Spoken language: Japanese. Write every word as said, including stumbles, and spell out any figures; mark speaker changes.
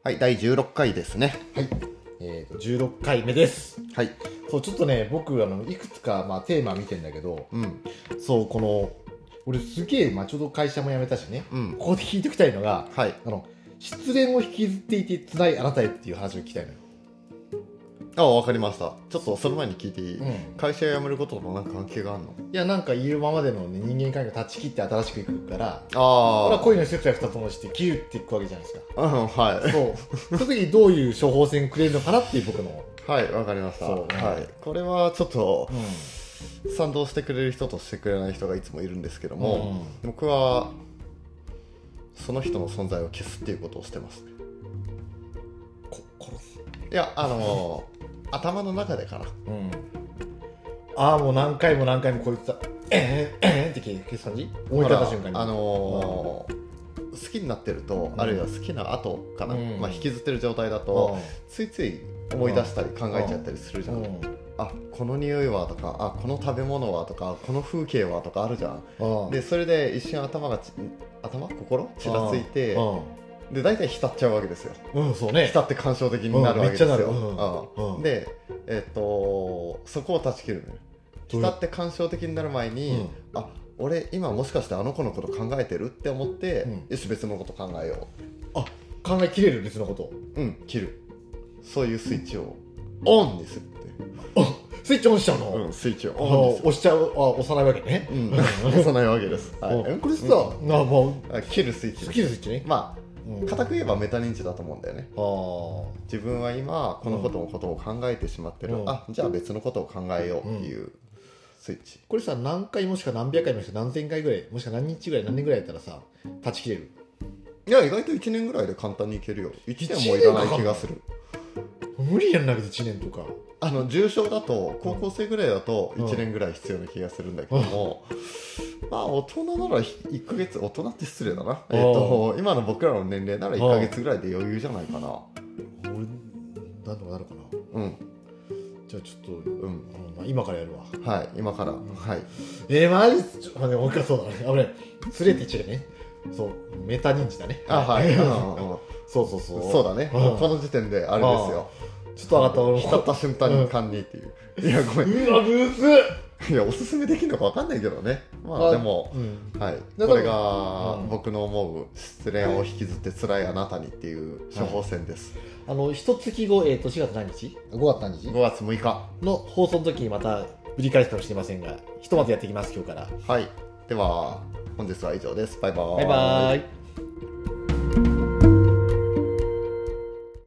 Speaker 1: はい、だいじゅうろっかいですね。
Speaker 2: はい、えーと、じゅうろっかいめです。
Speaker 1: はい。
Speaker 2: そう、ちょっとね、僕、あの、いくつか、まあ、テーマ見てんだけど、
Speaker 1: うん。
Speaker 2: そう、この、俺すげえ、まあ、ちょうど会社も辞めたしね、
Speaker 1: うん。
Speaker 2: ここで聞いておきたいのが、
Speaker 1: はい。
Speaker 2: あの、失恋を引きずっていて辛いあなたへっていう話を聞きたいのよ。
Speaker 1: あ、わかりました。ちょっとその前に聞いていい、
Speaker 2: うん、
Speaker 1: 会社辞めることとなんか関係があるの？
Speaker 2: いや、なんかいるままでの、ね、人間関係を断ち切って新しくいくから、
Speaker 1: ああ。
Speaker 2: 俺は恋の施設や二つもして切るっていくわけじゃないですか。
Speaker 1: うん、はい。
Speaker 2: そう。その時にどういう処方箋くれるのかなっていう僕の。
Speaker 1: はい、わかりました。
Speaker 2: そう、
Speaker 1: はい。これはちょっと、
Speaker 2: うん、
Speaker 1: 賛同してくれる人としてくれない人がいつもいるんですけども、
Speaker 2: うん、
Speaker 1: 僕はその人の存在を消すっていうことをしてますね。
Speaker 2: こ殺す。
Speaker 1: いや、あのー頭の中でかな。
Speaker 2: うん、ああ、もう何回も何回もこいつはえー、えー、って消す感じ。思い立った瞬間に、
Speaker 1: あのーうん、好きになってると、うん、あるいは好きな後かな、うん、まあ、引きずってる状態だと、うん、ついつい思い出したり考えちゃったりするじゃん、うん、あ、この匂いはとか、あ、この食べ物はとか、この風景はとかあるじゃん、うん、でそれで一瞬頭がち頭心ちらついて、うん、で大体浸っちゃうわけですよ、うん、そうね、浸って感傷的になるわけですよ、うん、めっちゃなる、うんうん、で、えー、っとそこを断ち切るのよ。浸って感傷的になる前に、うん、あ、俺今もしかしてあの子のこと考えてるって思って、うん、よし別のこと考えよう。
Speaker 2: あ、考えきれる、別のこと。
Speaker 1: うん、切る。そういうスイッチをオンにするっていう。
Speaker 2: あ、スイッチオンしちゃうの？
Speaker 1: うん、スイッチをオンにする。
Speaker 2: 押しちゃう、あ、押さないわけね。
Speaker 1: うん、押さないわけです。はい、
Speaker 2: これさ、うん、あ、もう
Speaker 1: 切るスイッチ。
Speaker 2: 切るスイッチね。
Speaker 1: まあ固く言えばメタ認知だと思うんだよね。あ、自分は今このことのことを考えてしまってる、うん、あ、じゃあ別のことを考えようっていう、うん、スイッチ。これさ、何回もしか何百回もしか何千回ぐらい、もしくは何日ぐらい、何年ぐらいやったらさ、断ち切れる？ いや、意外といちねんぐらいで簡単にいけるよ。いちねんもいらない気がする。
Speaker 2: 無理やんなけどいちねんとか。
Speaker 1: あの重症だと高校生ぐらいだといちねんぐらい必要な気がするんだけども、うん、まあ大人ならいっかげつ、大人って失礼だな、えー、と今の僕らの年齢ならいっかげつぐらいで余裕じゃないかな。
Speaker 2: 俺何とかなるかな。うん、じゃあちょっと、うん、今からやるわ。
Speaker 1: はい、今から、うん、はい。
Speaker 2: えー、マジちょっと待って、もう一回そうだね、危ない、スレって言っちゃうね。そう、メタ認知だね。
Speaker 1: あ、はい、
Speaker 2: そうそうそう、
Speaker 1: そうだね、もうこの時点であれですよ。
Speaker 2: ちょっと上がった、俺も
Speaker 1: 浸った瞬間に勘にっていう、うん、いやごめん、
Speaker 2: うわブース、
Speaker 1: いやおすすめできるのか分かんないけどね。まあでも、うん、はい、これが僕の思う失恋を引きずって辛いあなたにっていう処方箋です、
Speaker 2: はい、あの一月後、えー、としがつ何日、ごがつ何日、
Speaker 1: ごがつむいか
Speaker 2: の放送の時にまたぶり返すかもしれませんが、ひとまずやっていきます、今日から。
Speaker 1: はい、では本日は以上です。バイバーイ。
Speaker 2: バイバーイ。